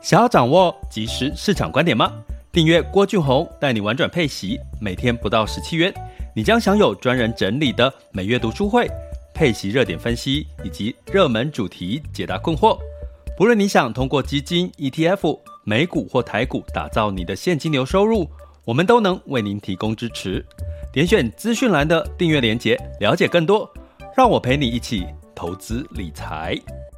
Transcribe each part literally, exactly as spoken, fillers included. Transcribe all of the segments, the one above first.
想要掌握即时市场观点吗？订阅郭俊宏带你玩转配息，每天不到十七元，你将享有专人整理的每月读书会、配息热点分析以及热门主题解答困惑。不论你想通过基金、E T F、美股或台股打造你的现金流收入，我们都能为您提供支持。点选资讯栏的订阅连结，了解更多。让我陪你一起投资理财。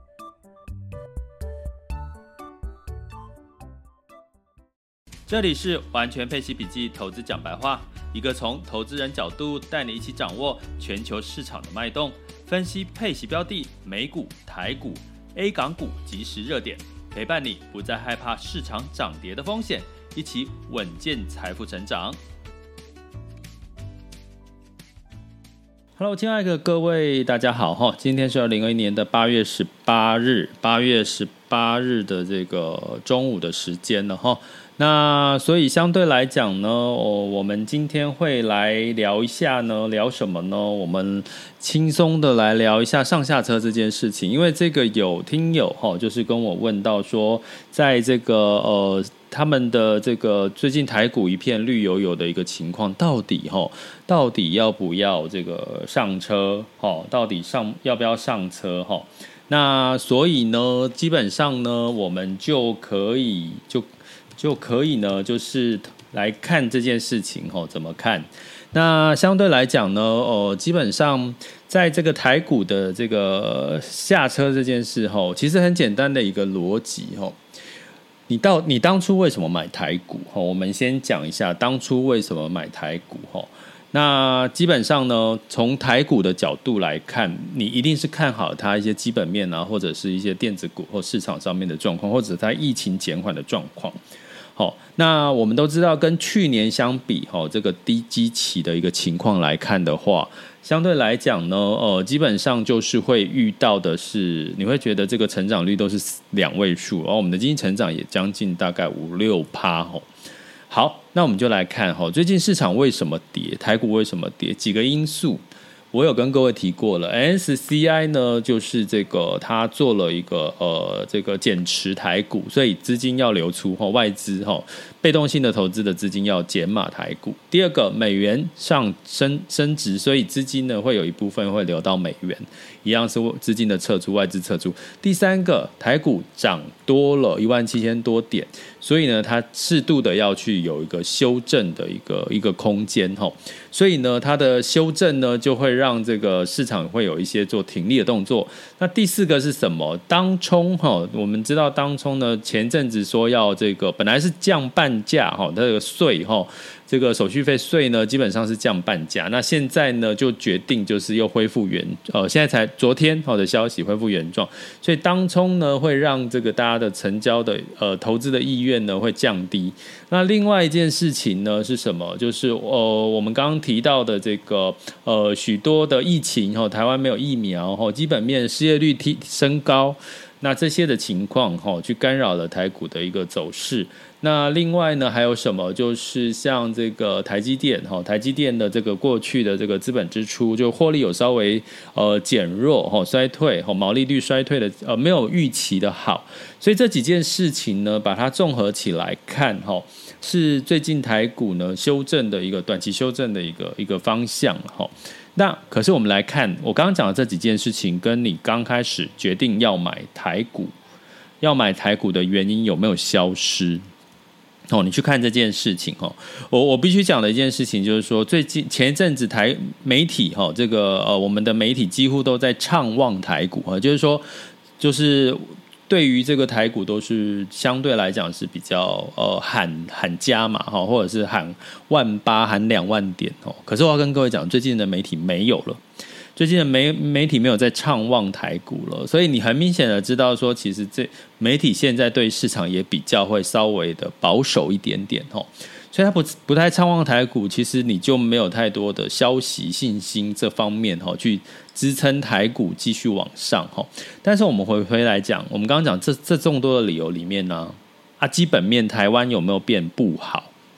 这里是完全配息笔记投资讲白话，一个从投资人角度带你一起掌握全球市场的脉动，分析配息标的、美股、台股、A 港股即时热点，陪伴你不再害怕市场涨跌的风险，一起稳健财富成长。Hello， 亲爱的各位，大家好！今天是二零二一年的八月十八日，八月十八日的这个中午的时间了哈。那所以相对来讲呢、哦，我们今天会来聊一下呢，聊什么呢？我们轻松的来聊一下上下车这件事情，因为这个有听友哈，就是跟我问到说，在这个呃。他们的这个最近台股一片绿油油的一个情况，到底齁，到底要不要这个上车齁？到底上要不要上车齁？那所以呢，基本上呢，我们就可以就就可以呢，就是来看这件事情齁，怎么看？那相对来讲呢，呃，基本上在这个台股的这个下车这件事齁，其实很简单的一个逻辑齁。你到你当初为什么买台股？我们先讲一下当初为什么买台股。那基本上呢，从台股的角度来看，你一定是看好它一些基本面啊，或者是一些电子股或市场上面的状况，或者它疫情减缓的状况。好，那我们都知道，跟去年相比，这个低基期的一个情况来看的话，相对来讲呢，呃，基本上就是会遇到的是，你会觉得这个成长率都是两位数，然后我们的经济成长也将近大概五六趴。好，那我们就来看最近市场为什么跌，台股为什么跌，几个因素。我有跟各位提过了 ，S C I 呢，就是这个它做了一个呃这个减持台股，所以资金要流出哈，外资哈被动性的投资的资金要减码台股。第二个，美元上升升值，所以资金呢会有一部分会流到美元，一样是资金的撤出，外资撤出。第三个，台股涨多了一万七千多点，所以呢它适度的要去有一个修正的一个一个空间哈，所以呢它的修正呢就会让让这个市场会有一些做停利的动作。那第四个是什么？当冲哈，我们知道当冲呢，前阵子说要这个本来是降半价哈，这个税哈，这个手续费税呢基本上是降半价。那现在呢就决定就是又恢复原呃，现在才昨天好的消息恢复原状，所以当冲呢会让这个大家的成交的呃投资的意愿呢会降低。那另外一件事情呢是什么？就是呃我们刚刚提到的这个呃许多的疫情，台湾没有疫苗，基本面失业率提升高，那这些的情况去干扰了台股的一个走势。那另外呢还有什么？就是像这个台积电，台积电的这个过去的这个资本支出就获利有稍微呃减弱衰退，毛利率衰退的呃没有预期的好，所以这几件事情呢把它综合起来看，是最近台股呢修正的一个短期修正的一个一个方向。那可是我们来看，我刚刚讲的这几件事情，跟你刚开始决定要买台股，要买台股的原因有没有消失？哦，你去看这件事情哦，我我必须讲的一件事情就是说，最近前一阵子台媒体哈，这个呃我们的媒体几乎都在畅望台股哈，就是说就是对于这个台股都是相对来讲是比较呃喊喊加嘛哈，或者是喊万八喊两万点哦。可是我要跟各位讲，最近的媒体没有了。最近的媒媒体没有在畅望台股了，所以你很明显的知道说，其实这媒体现在对市场也比较会稍微的保守一点点吼，所以他不不太畅望台股，其实你就没有太多的消息信心这方面吼去支撑台股继续往上吼。但是我们回回来讲，我们刚刚讲这这众多的理由里面呢，啊，基本面台湾有没有变不好？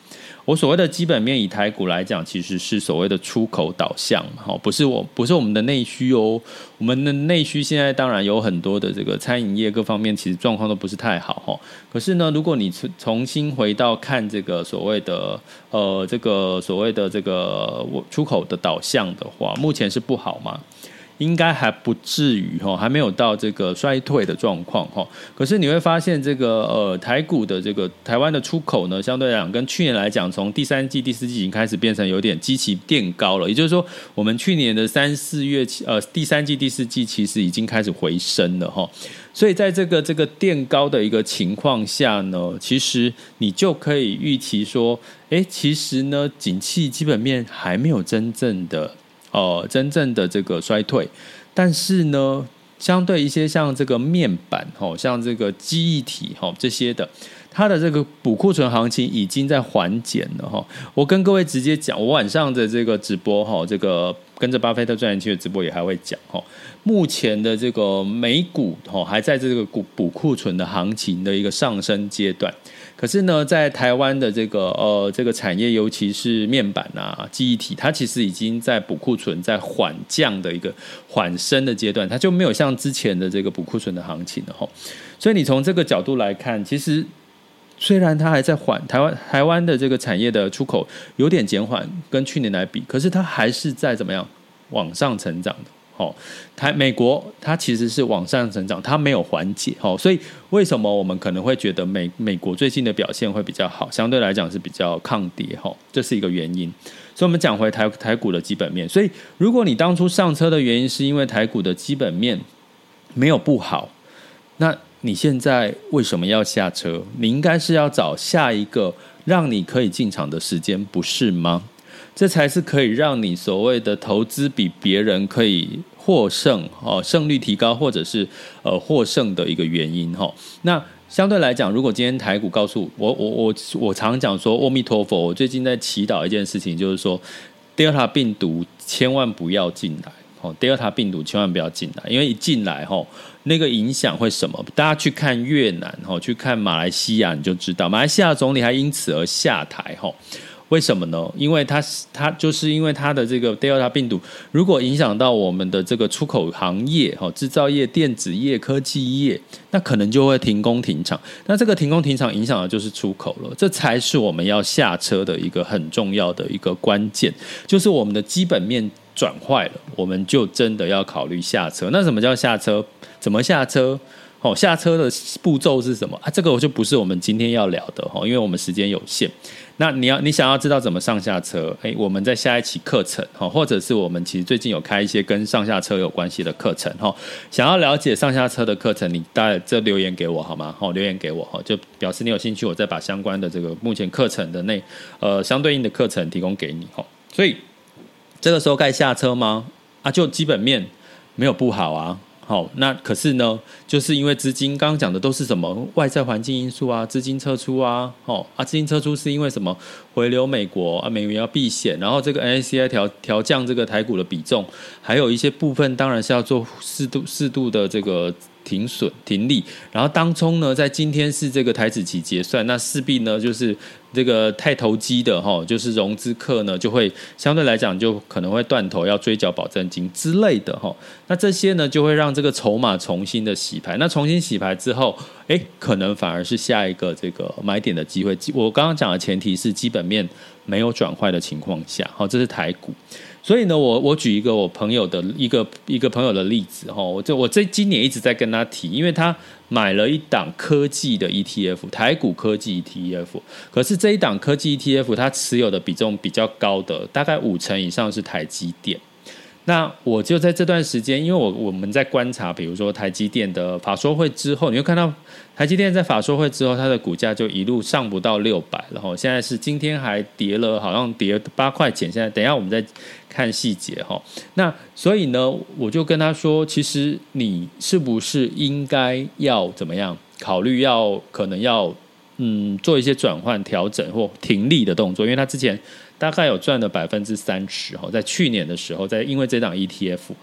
我所谓的基本面以台股来讲，其实是所谓的出口导向，不是我不是我们的内需哦。我们的内需现在当然有很多的这个餐饮业各方面其实状况都不是太好，可是呢，如果你重新回到看这个所谓的呃这个所谓的这个出口的导向的话，目前是不好吗？应该还不至于，还没有到这个衰退的状况。可是你会发现这个呃台股的这个台湾的出口呢，相对来讲跟去年来讲，从第三季第四季已经开始变成有点基期垫高了，也就是说我们去年的三四月呃第三季第四季其实已经开始回升了。所以在这个这个垫高的一个情况下呢，其实你就可以预期说，哎，其实呢景气基本面还没有真正的呃，真正的这个衰退，但是呢，相对一些像这个面板，像这个记忆体这些的，它的这个补库存行情已经在缓减了。我跟各位直接讲，我晚上的这个直播，这个跟着巴菲特赚钱的直播也还会讲，目前的这个美股还在这个补库存的行情的一个上升阶段。可是呢，在台湾的这个呃这个产业，尤其是面板啊、记忆体，它其实已经在补库存在缓降的一个缓升的阶段，它就没有像之前的这个补库存的行情了齁。所以你从这个角度来看，其实虽然它还在缓，台湾台湾的这个产业的出口有点减缓，跟去年来比，可是它还是在怎么样往上成长的。哦，台美国它其实是往上成长，它没有缓解，哦，所以为什么我们可能会觉得美美国最近的表现会比较好，相对来讲是比较抗跌，哦，这是一个原因。所以我们讲回台台股的基本面，所以如果你当初上车的原因是因为台股的基本面没有不好，那你现在为什么要下车？你应该是要找下一个让你可以进场的时间，不是吗？这才是可以让你所谓的投资比别人可以获胜，哦，胜率提高，或者是呃获胜的一个原因，哦。那相对来讲，如果今天台股告诉我，我我我常讲说，阿弥陀佛，我最近在祈祷一件事情，就是说 Delta 病毒千万不要进来，哦 Delta 病毒千万不要进来，因为一进来，哦，那个影响会什么？大家去看越南，哦，去看马来西亚，你就知道，马来西亚总理还因此而下台，哦。为什么呢？因为它它就是因为它的这个 Delta 病毒，如果影响到我们的这个出口行业、制造业、电子业、科技业，那可能就会停工停厂。那这个停工停厂影响的就是出口了，这才是我们要下车的一个很重要的一个关键，就是我们的基本面转坏了，我们就真的要考虑下车。那什么叫下车？怎么下车？哦，下车的步骤是什么啊？这个就不是我们今天要聊的，因为我们时间有限。那你要你想要知道怎么上下车，哎，我们在下一期课程，或者是我们其实最近有开一些跟上下车有关系的课程，想要了解上下车的课程，你大概这留言给我好吗？留言给我，就表示你有兴趣，我再把相关的这个目前课程的内呃相对应的课程提供给你。所以这个时候该下车吗？啊，就基本面没有不好啊。好，那可是呢，就是因为资金刚刚讲的都是什么外在环境因素啊，资金撤出啊，哦啊，资金撤出是因为什么回流美国啊，美元要避险，然后这个 N A C I 调调降这个台股的比重，还有一些部分当然是要做适度适度的这个停损停利，然后当冲呢，在今天是这个台指期结算，那势必呢就是这个太投机的哈，就是融资客呢就会相对来讲就可能会断头要追缴保证金之类的哈，那这些呢就会让这个筹码重新的洗牌，那重新洗牌之后，哎，可能反而是下一个这个买点的机会。我刚刚讲的前提是基本面没有转坏的情况下，好，这是台股。所以呢，我我举一个我朋友的一个一个朋友的例子哈，我这我这今年一直在跟他提，因为他买了一档科技的 E T F， 台股科技 E T F， 可是这一档科技 E T F 它持有的比重比较高的，大概五成以上是台积电。那我就在这段时间，因为我我们在观察，比如说台积电的法说会之后，你会看到台积电在法说会之后，它的股价就一路上不到六百了哈，现在是今天还跌了，好像跌八块钱。现在等一下我们再看细节哈。那所以呢，我就跟他说，其实你是不是应该要怎么样考虑要可能要嗯做一些转换调整或停利的动作，因为他之前大概有赚了百分之三十，在去年的时候，在因为这档 E T F，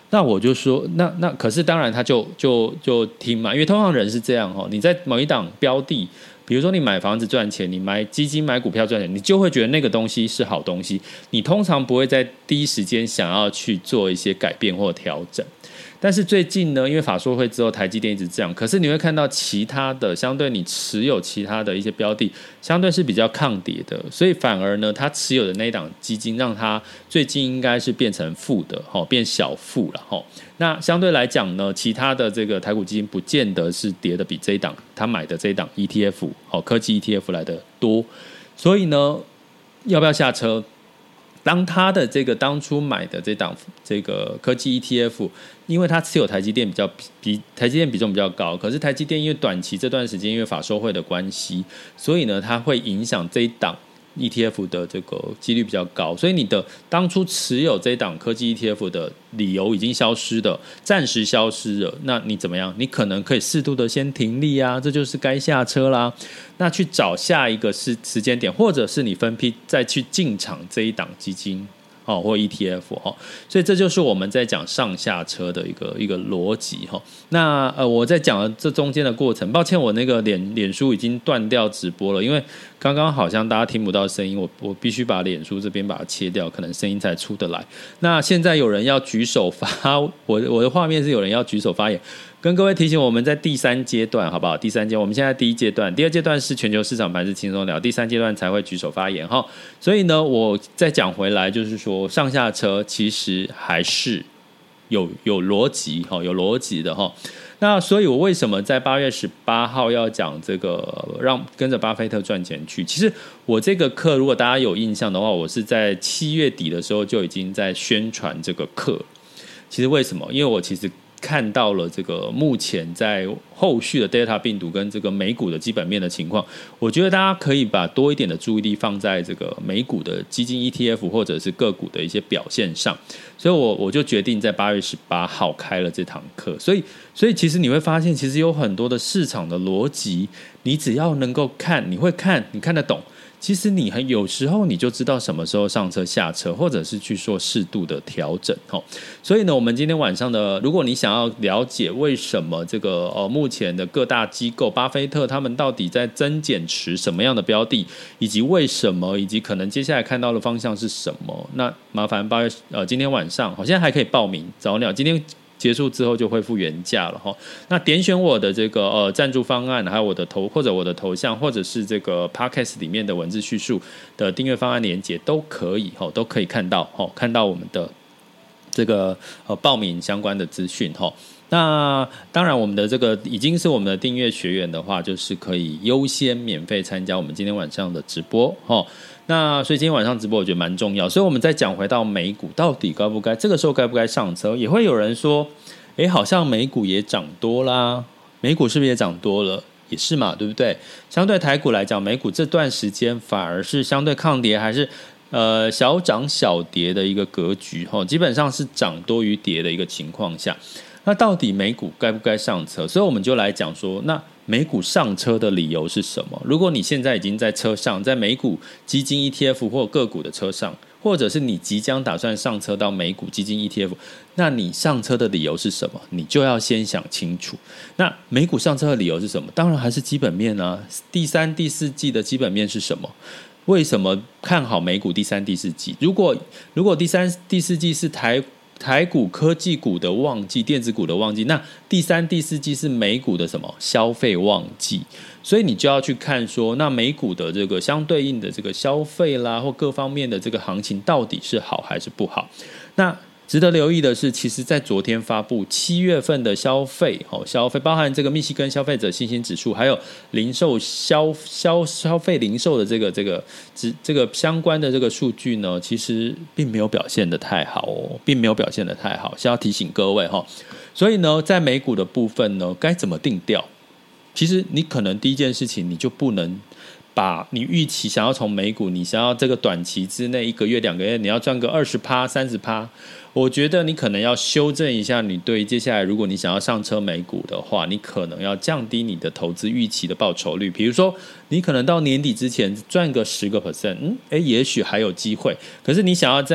那我就说，那那可是当然他就就就听嘛，因为通常人是这样哦，你在某一档标的，比如说你买房子赚钱，你买基金买股票赚钱，你就会觉得那个东西是好东西，你通常不会在第一时间想要去做一些改变或调整。但是最近呢，因为法说会之后，台积电一直这样，可是你会看到其他的，相对你持有其他的一些标的，相对是比较抗跌的，所以反而呢，他持有的那一档基金，让他最近应该是变成负的，变小负了。那相对来讲呢，其他的这个台股基金不见得是跌的比这一档他买的这一档 E T F 科技 E T F 来的多，所以呢，要不要下车？当他的这个当初买的这档这个科技 E T F， 因为他持有台积电比较比台积电比重比较高，可是台积电因为短期这段时间因为法说会的关系，所以呢，它会影响这一档 E T F 的这个几率比较高，所以你的当初持有这一档科技 E T F 的理由已经消失了，暂时消失了，那你怎么样？你可能可以适度的先停利啊，这就是该下车啦。那去找下一个时时间点，或者是你分批再去进场这一档基金。哦、或 E T F、哦、所以这就是我们在讲上下车的一个一个逻辑、哦、那呃我在讲的这中间的过程，抱歉我那个脸脸书已经断掉直播了，因为刚刚好像大家听不到声音，我我必须把脸书这边把它切掉，可能声音才出得来。那现在有人要举手发，我我的画面是有人要举手发言，跟各位提醒，我们在第三阶段，好不好？第三阶段，我们现在第一阶段，第二阶段是全球市场盘势轻松聊，第三阶段才会举手发言哈。所以呢，我再讲回来，就是说上下车其实还是有有逻辑哈，有逻辑的哈。那所以，我为什么在八月十八号要讲这个让跟着巴菲特赚钱去？其实我这个课，如果大家有印象的话，我是在七月底的时候就已经在宣传这个课。其实为什么？因为我其实看到了这个目前在后续的 Delta 病毒跟这个美股的基本面的情况，我觉得大家可以把多一点的注意力放在这个美股的基金 E T F 或者是个股的一些表现上，所以我我就决定在八月十八号开了这堂课。所以所以其实你会发现，其实有很多的市场的逻辑，你只要能够看，你会看，你看得懂，其实你很有时候你就知道什么时候上车下车，或者是去做适度的调整。所以呢，我们今天晚上的，如果你想要了解为什么这个呃目前的各大机构巴菲特他们到底在增减持什么样的标的，以及为什么，以及可能接下来看到的方向是什么，那麻烦八月呃今天晚上好，现在还可以报名早鸟，今天结束之后就恢复原价了哈。那点选我的这个呃赞助方案，还有我的头或者我的头像，或者是这个 Podcast 里面的文字叙述的订阅方案连结都可以哈，都可以看到哈，看到我们的这个呃报名相关的资讯哈。那当然，我们的这个已经是我们的订阅学员的话，就是可以优先免费参加我们今天晚上的直播哈。那所以今天晚上直播我觉得蛮重要，所以我们再讲回到美股，到底该不该这个时候该不该上车？也会有人说，哎，好像美股也涨多啦，美股是不是也涨多了？也是嘛，对不对？相对台股来讲，美股这段时间反而是相对抗跌，还是呃小涨小跌的一个格局哈，基本上是涨多于跌的一个情况下。那到底美股该不该上车？所以我们就来讲说，那美股上车的理由是什么？如果你现在已经在车上，在美股基金 E T F 或个股的车上，或者是你即将打算上车到美股基金 E T F， 那你上车的理由是什么？你就要先想清楚。那美股上车的理由是什么？当然还是基本面啊。第三、第四季的基本面是什么？为什么看好美股第三、第四季？如果如果第三、第四季是台台股科技股的旺季，电子股的旺季，那第三、第四季是美股的什么消费旺季，所以你就要去看说，那美股的这个相对应的这个消费啦，或各方面的这个行情到底是好还是不好？那值得留意的是，其实在昨天发布七月份的消费，消费包含这个密西根消费者信心指数，还有零售消消消费零售的这个这个这个相关的这个数据呢，其实并没有表现得太好哦，并没有表现得太好，是要提醒各位哈。所以呢，在美股的部分呢，该怎么定调？其实你可能第一件事情，你就不能把你预期想要从美股，你想要这个短期之内一个月两个月你要赚个 百分之二十 百分之三十， 我觉得你可能要修正一下你对接下来如果你想要上车美股的话，你可能要降低你的投资预期的报酬率。比如说你可能到年底之前赚个 百分之十， 嗯，诶，也许还有机会。可是你想要在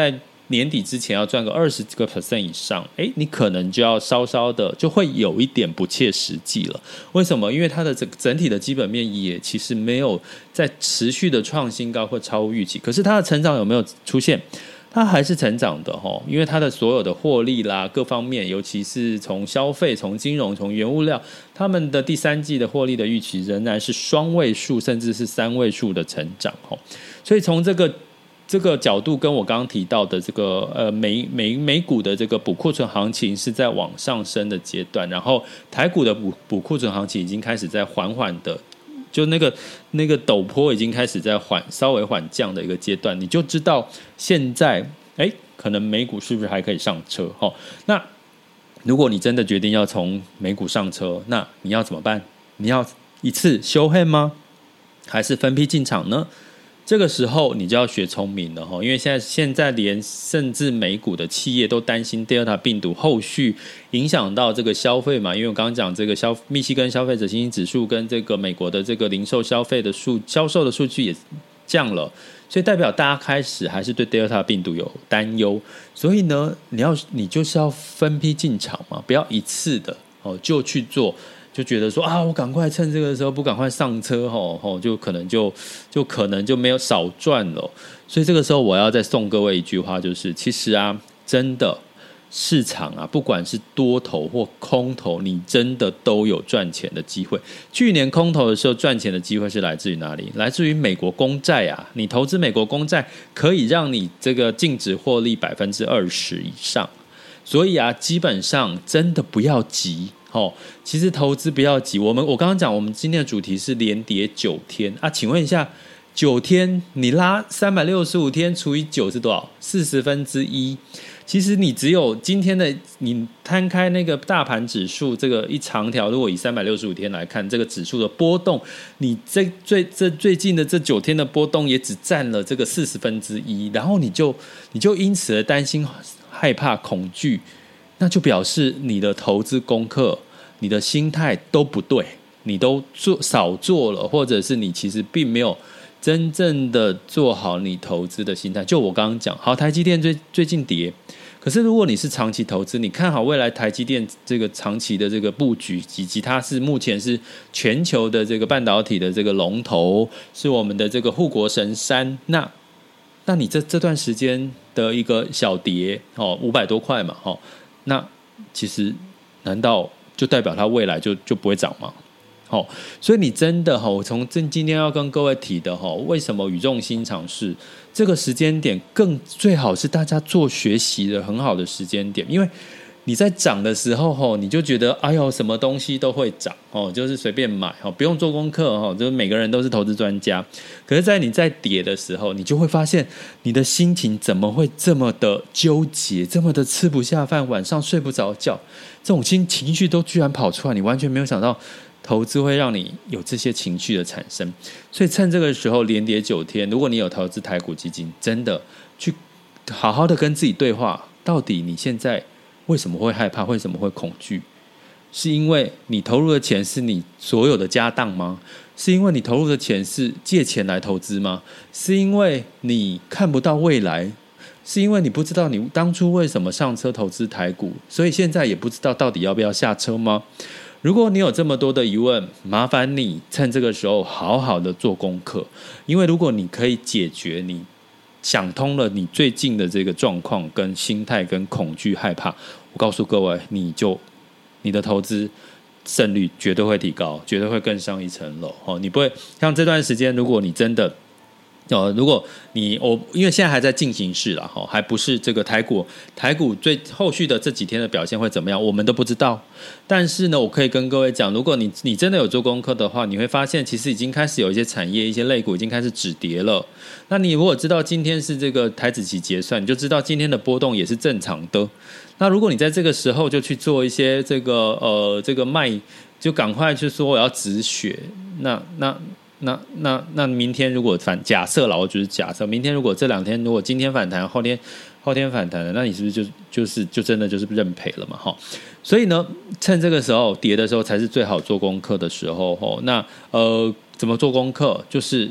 年底之前要赚个二十个 percent 以上，哎，你可能就要稍稍的就会有一点不切实际了。为什么？因为它的整整体的基本面也其实没有在持续的创新高或超乎预期，可是它的成长有没有出现？它还是成长的齁，因为它的所有的获利啦，各方面，尤其是从消费、从金融、从原物料，他们的第三季的获利的预期仍然是双位数，甚至是三位数的成长齁。所以从这个这个角度，跟我刚刚提到的这个呃美美美股的这个补库存行情是在往上升的阶段，然后台股的补补库存行情已经开始在缓缓的。就那个那个陡坡已经开始在缓稍微缓降的一个阶段，你就知道现在哎，可能美股是不是还可以上车？齁，那如果你真的决定要从美股上车，那你要怎么办？你要一次修黑吗？还是分批进场呢？这个时候你就要学聪明了，因为现在现在连甚至美股的企业都担心 Delta 病毒后续影响到这个消费嘛，因为我刚刚讲这个消密西根消费者信心指数跟这个美国的这个零售消费的数销售的数据也降了，所以代表大家开始还是对 Delta 病毒有担忧，所以呢，你要你就是要分批进场嘛，不要一次的哦就去做。就觉得说啊，我赶快趁这个时候不赶快上车吼吼，就可能就就可能就没有少赚了。所以这个时候我要再送各位一句话，就是其实啊，真的市场啊，不管是多头或空头，你真的都有赚钱的机会。去年空头的时候赚钱的机会是来自于哪里？来自于美国公债啊，你投资美国公债可以让你这个净值获利百分之二十以上。所以啊，基本上真的不要急。哦，其实投资不要急。我们我刚刚讲，我们今天的主题是连跌九天啊，请问一下，九天你拉三百六十五天除以九是多少？四十分之一。其实你只有今天的你摊开那个大盘指数这个一长条，如果以三百六十五天来看，这个指数的波动，你这最这最近的这九天的波动也只占了这个四十分之一，然后你就你就因此而担心、害怕、恐惧。那就表示你的投资功课、你的心态都不对，你都做少做了，或者是你其实并没有真正的做好你投资的心态。就我刚刚讲，好，台积电最最近跌，可是如果你是长期投资，你看好未来台积电这个长期的这个布局，以及它是目前是全球的这个半导体的这个龙头，是我们的这个护国神山，那那你这这段时间的一个小跌哦，五百多块嘛，哦。那其实难道就代表它未来就就不会涨吗？哦，所以你真的哈，我从今天要跟各位提的哈，为什么语重心长是这个时间点更最好是大家做学习的很好的时间点，因为你在涨的时候吼，你就觉得哎呦什么东西都会涨哦，就是随便买哦，不用做功课哦，就是每个人都是投资专家。可是，在你在跌的时候，你就会发现你的心情怎么会这么的纠结，这么的吃不下饭，晚上睡不着觉，这种情情绪都居然跑出来，你完全没有想到投资会让你有这些情绪的产生。所以趁这个时候连跌九天，如果你有投资台股基金，真的去好好的跟自己对话，到底你现在为什么会害怕？为什么会恐惧？是因为你投入的钱是你所有的家当吗？是因为你投入的钱是借钱来投资吗？是因为你看不到未来？是因为你不知道你当初为什么上车投资台股，所以现在也不知道到底要不要下车吗？如果你有这么多的疑问，麻烦你趁这个时候好好的做功课，因为如果你可以解决你想通了你最近的这个状况跟心态跟恐惧害怕，我告诉各位，你就你的投资胜率绝对会提高，绝对会更上一层楼哦。你不会像这段时间，如果你真的哦，如果你我因为现在还在进行式啦，还不是这个台股台股最后续的这几天的表现会怎么样，我们都不知道。但是呢，我可以跟各位讲，如果你你真的有做功课的话，你会发现其实已经开始有一些产业、一些类股已经开始止跌了。那你如果知道今天是这个台指期结算，你就知道今天的波动也是正常的。那如果你在这个时候就去做一些这个呃这个卖，就赶快去说我要止血，那那。那那那明天如果反假设了，我只是假设，明天如果这两天如果今天反弹，后天后天反弹了，那你是不是就就是就真的就是认赔了嘛？哈，所以呢，趁这个时候跌的时候才是最好做功课的时候。哈，那呃怎么做功课？就是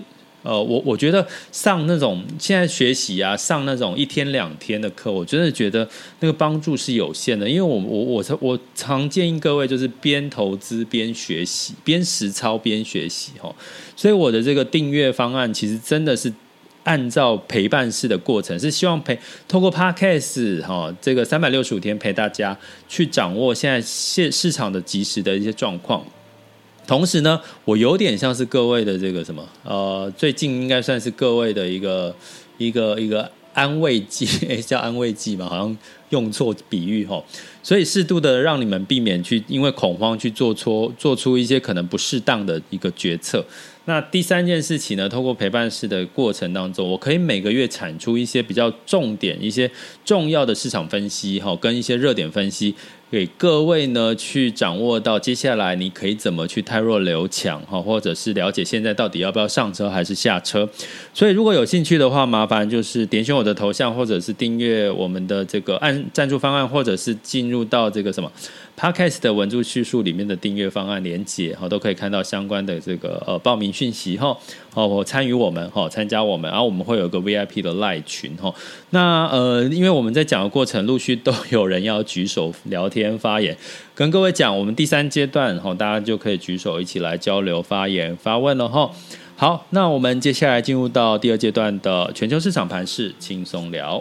呃，我我觉得上那种现在学习啊，上那种一天两天的课，我真的觉得那个帮助是有限的。因为我我我我常建议各位就是边投资边学习，边实操边学习哈。所以我的这个订阅方案其实真的是按照陪伴式的过程，是希望陪透过 Podcast 哈，这个三百六十五天陪大家去掌握现在市市场的即时的一些状况。同时呢，我有点像是各位的这个什么呃，最近应该算是各位的一个一个一个安慰剂，叫安慰剂嘛，好像用错比喻齁。所以适度的让你们避免去因为恐慌去做错做出一些可能不适当的一个决策。那第三件事情呢，透过陪伴式的过程当中，我可以每个月产出一些比较重点、一些重要的市场分析齁，跟一些热点分析。给各位呢去掌握到接下来你可以怎么去汰弱留强，或者是了解现在到底要不要上车还是下车。所以如果有兴趣的话，麻烦就是点选我的头像，或者是订阅我们的这个按赞助方案，或者是进入到这个什么 Podcast 的文字叙述里面的订阅方案连结，都可以看到相关的这个呃报名讯息哈，哦，参与我们哈，参加我们，然后我们会有个 V I P 的 LINE 群哈。那呃，因为我们在讲的过程，陆续都有人要举手聊天发言，跟各位讲，我们第三阶段哈，大家就可以举手一起来交流发言发问了哈。好，那我们接下来进入到第二阶段的全球市场盘势轻松聊。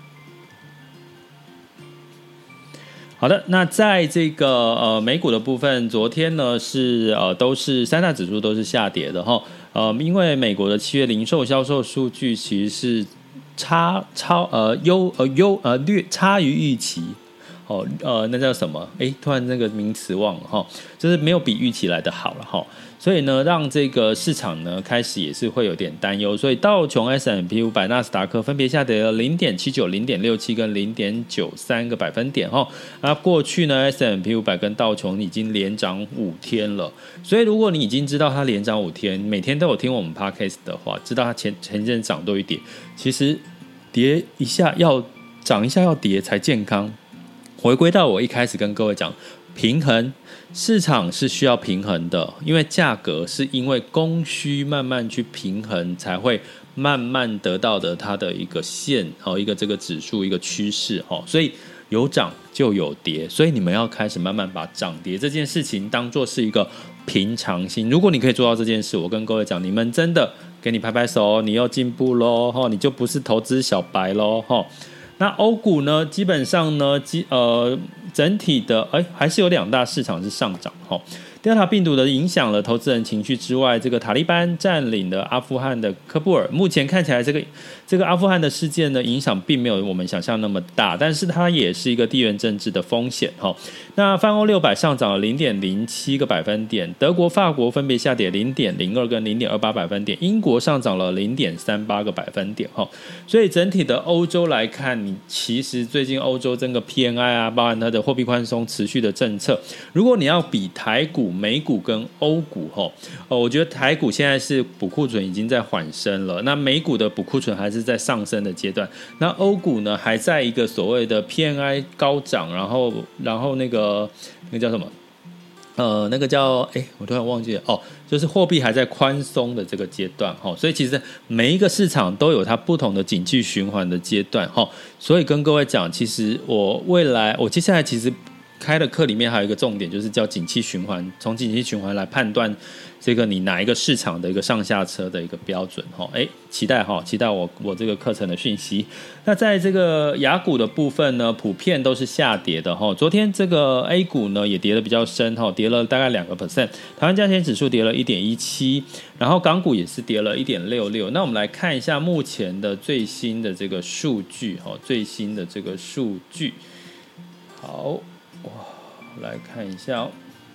好的，那在这个呃美股的部分，昨天呢是呃都是三大指数都是下跌的哈，呃，因为美国的七月零售销售数据其实是差超呃优呃优呃略差于预期。哦，呃，那叫什么？哎，突然那个名词忘了哈，就是没有比预期来的好了哈，所以呢，让这个市场呢开始也是会有点担忧，所以道琼 S and P 五百、纳斯达克分别下跌了 零点七九、零点六七 跟 零点九三 个百分点哈。那过去呢 S and P 五百 跟道琼已经连涨五天了，所以如果你已经知道它连涨五天，每天都有听我们 Podcast 的话，知道它前前阵涨多一点，其实跌一下要涨一下要跌才健康。回归到我一开始跟各位讲，平衡市场是需要平衡的，因为价格是因为供需慢慢去平衡，才会慢慢得到的它的一个线，一个这个指数一个趋势，所以有涨就有跌，所以你们要开始慢慢把涨跌这件事情当作是一个平常心。如果你可以做到这件事，我跟各位讲，你们真的给你拍拍手，你又进步咯，你就不是投资小白咯。那欧股呢，基本上呢，呃，整体的哎还是有两大市场是上涨哈。Delta 病毒的影响了投资人情绪之外，这个塔利班占领了阿富汗的喀布尔，目前看起来这个这个阿富汗的事件呢，影响并没有我们想象那么大，但是它也是一个地缘政治的风险哈。那泛欧六百上涨了 零点零七 个百分点，德国、法国分别下跌 零点零二 跟 零点二八 百分点，英国上涨了 零点三八 个百分点哈。所以整体的欧洲来看，你其实最近欧洲整个 P M I 啊，包含它的货币宽松持续的政策，如果你要比台股、美股跟欧股齁，呃，我觉得台股现在是补库存已经在缓升了，那美股的补库存还是在上升的阶段，那欧股呢还在一个所谓的 P M I 高涨，然后然后那个那个叫什么？呃，那个叫哎，我突然忘记了哦，就是货币还在宽松的这个阶段齁，所以其实每一个市场都有它不同的景气循环的阶段齁，所以跟各位讲，其实我未来我接下来其实开的课里面还有一个重点，就是叫景气循环，从景气循环来判断这个你哪一个市场的一个上下车的一个标准齁，哎，期待齁，期待我我这个课程的讯息。那在这个亚股的部分呢，普遍都是下跌的齁，昨天这个 A 股呢也跌得比较深齁，跌了大概两个 percent， 台湾加权指数跌了 一点一七， 然后港股也是跌了 一点六六。那我们来看一下目前的最新的这个数据齁，最新的这个数据，好。哇，来看一下哦。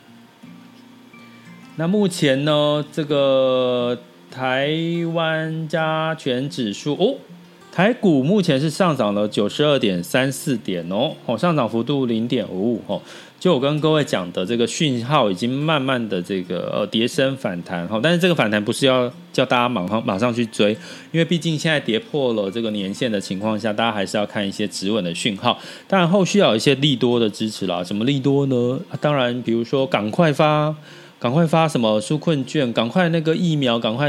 那目前呢，这个台湾加权指数哦，台股目前是上涨了 九十二点三四 点哦，上涨幅度 零点五五 哦。就我跟各位讲的这个讯号已经慢慢的这个呃跌升反弹，但是这个反弹不是要叫大家马上马上去追，因为毕竟现在跌破了这个年线的情况下，大家还是要看一些止稳的讯号。当然后续要有一些利多的支持啦，什么利多呢？啊、当然比如说赶快发赶快发什么纾困券，赶快那个疫苗赶快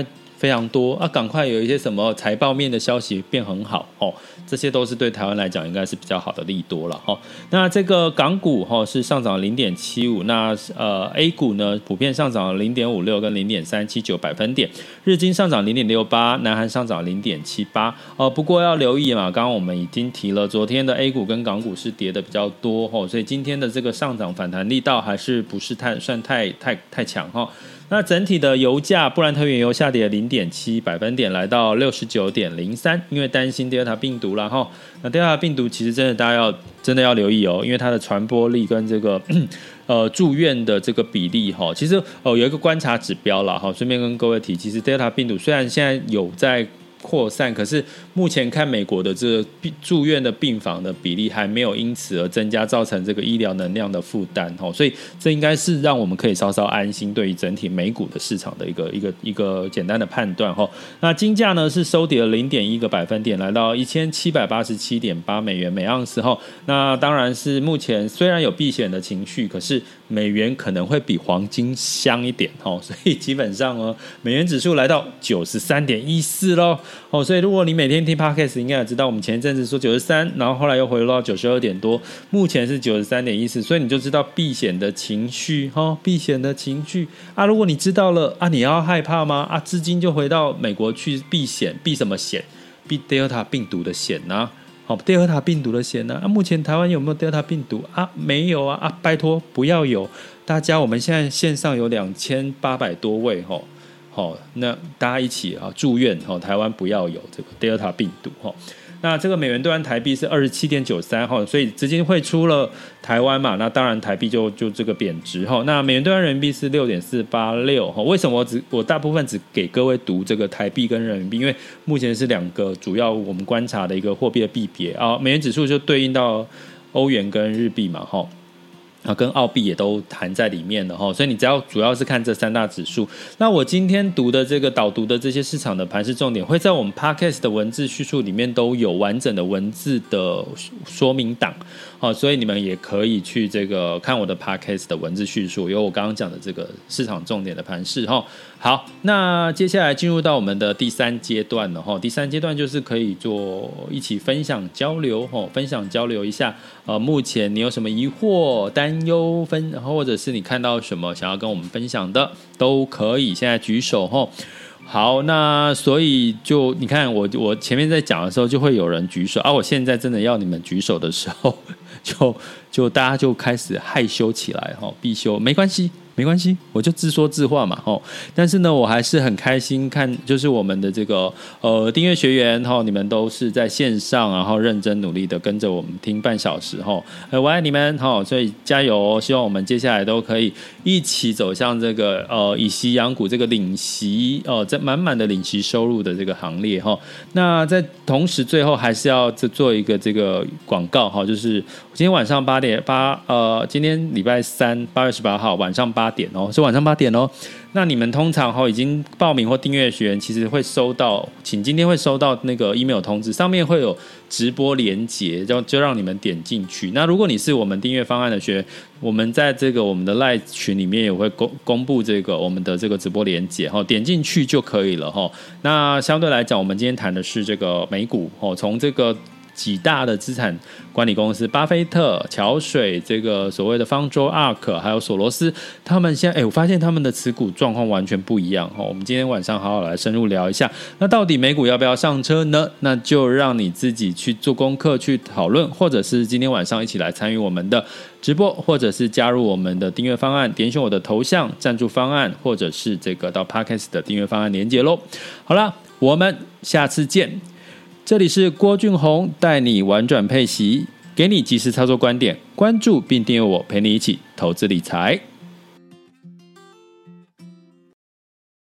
非常多啊，赶快有一些什么财报面的消息变很好哦，这些都是对台湾来讲应该是比较好的利多了哈、哦。那这个港股哈、哦、是上涨 零点七五， 那呃 A 股呢普遍上涨 零点五六 跟 零点三七九 百分点，日经上涨 零点六八， 南韩上涨 零点七八、呃、不过要留意嘛，刚刚我们已经提了，昨天的 A 股跟港股是跌的比较多、哦、所以今天的这个上涨反弹力道还是不是太算太太太强哈、哦。那整体的油价，布兰特原油下跌 零点七 百分点，来到 六十九点零三， 因为担心 Delta 病毒啦齁。那 Delta 病毒其实真的大家要真的要留意哦，因为它的传播力跟这个呃住院的这个比例齁，其实呃有一个观察指标啦齁，顺便跟各位提，其实 Delta 病毒虽然现在有在扩散，可是目前看美国的这个住院的病房的比例还没有因此而增加，造成这个医疗能量的负担，所以这应该是让我们可以稍稍安心对于整体美股的市场的一个一个一个简单的判断。那金价呢是收跌了 零点一 个百分点，来到一千七百八十七点八美元每盎司。那当然是目前虽然有避险的情绪，可是美元可能会比黄金香一点，所以基本上呢美元指数来到 九十三点一四 咯。哦，所以如果你每天听 Podcast 应该也知道，我们前一阵子说九十三，然后后来又回落到九十二点多，目前是 九十三点一四， 所以你就知道避险的情绪、哦、避险的情绪啊，如果你知道了啊，你要害怕吗？啊，资金就回到美国去避险，避什么险？避 Delta 病毒的险啊。好 Delta 病毒的险啊，啊目前台湾有没有 Delta 病毒啊？没有啊，啊拜托不要有，大家我们现在线上有两千八百多位齁。哦、那大家一起、啊、祝愿、哦、台湾不要有这个 Delta 病毒、哦、那这个美元兑换台币是 二十七点九三、哦、所以资金汇出了台湾嘛，那当然台币就就这个贬值、哦、那美元兑换人民币是 六点四八六、哦、为什么我只我大部分只给各位读这个台币跟人民币，因为目前是两个主要我们观察的一个货币的币别、啊、美元指数就对应到欧元跟日币嘛、哦啊，跟澳币也都含在里面了哈，所以你只要主要是看这三大指数。那我今天读的这个导读的这些市场的盘势重点，会在我们 Podcast 的文字叙述里面都有完整的文字的说明档，好，所以你们也可以去这个看我的 Podcast 的文字叙述，有我刚刚讲的这个市场重点的盘势哈。好，那接下来进入到我们的第三阶段了哈。第三阶段就是可以做一起分享交流哈，分享交流一下，呃，目前你有什么疑惑、担忧分，或者是你看到什么想要跟我们分享的，都可以现在举手哈。好，那所以就你看我我前面在讲的时候就会有人举手啊，我现在真的要你们举手的时候，就就大家就开始害羞起来哈，必羞没关系。没关系，我就自说自话嘛，吼。但是呢，我还是很开心看，就是我们的这个呃订阅学员哈，你们都是在线上，然后认真努力的跟着我们听半小时哈，呃，我爱你们哈，所以加油哦！希望我们接下来都可以一起走向这个呃以息养股这个领息哦，在满满的领息收入的这个行列哈。那在同时最后还是要做一个这个广告哈，就是今天晚上八点八呃，今天礼拜三八月十八号晚上八。八点哦，是晚上八点哦。那你们通常哈已经报名或订阅学员，其实会收到，请今天会收到那个 email 通知，上面会有直播连结，就就让你们点进去。那如果你是我们订阅方案的学员，我们在这个我们的 LINE 群里面也会公公布这个我们的这个直播连结哈，点进去就可以了哈。那相对来讲，我们今天谈的是这个美股哦，从这个几大的资产管理公司，巴菲特、桥水，这个所谓的方舟 Ark， 还有索罗斯，他们现在哎，我发现他们的持股状况完全不一样哈。我们今天晚上好好来深入聊一下，那到底美股要不要上车呢？那就让你自己去做功课去讨论，或者是今天晚上一起来参与我们的直播，或者是加入我们的订阅方案，点选我的头像赞助方案，或者是这个到 Podcast 的订阅方案连结咯。好啦，我们下次见。这里是郭俊宏，带你玩转配息，给你及时操作观点，关注并订阅我，陪你一起投资理财。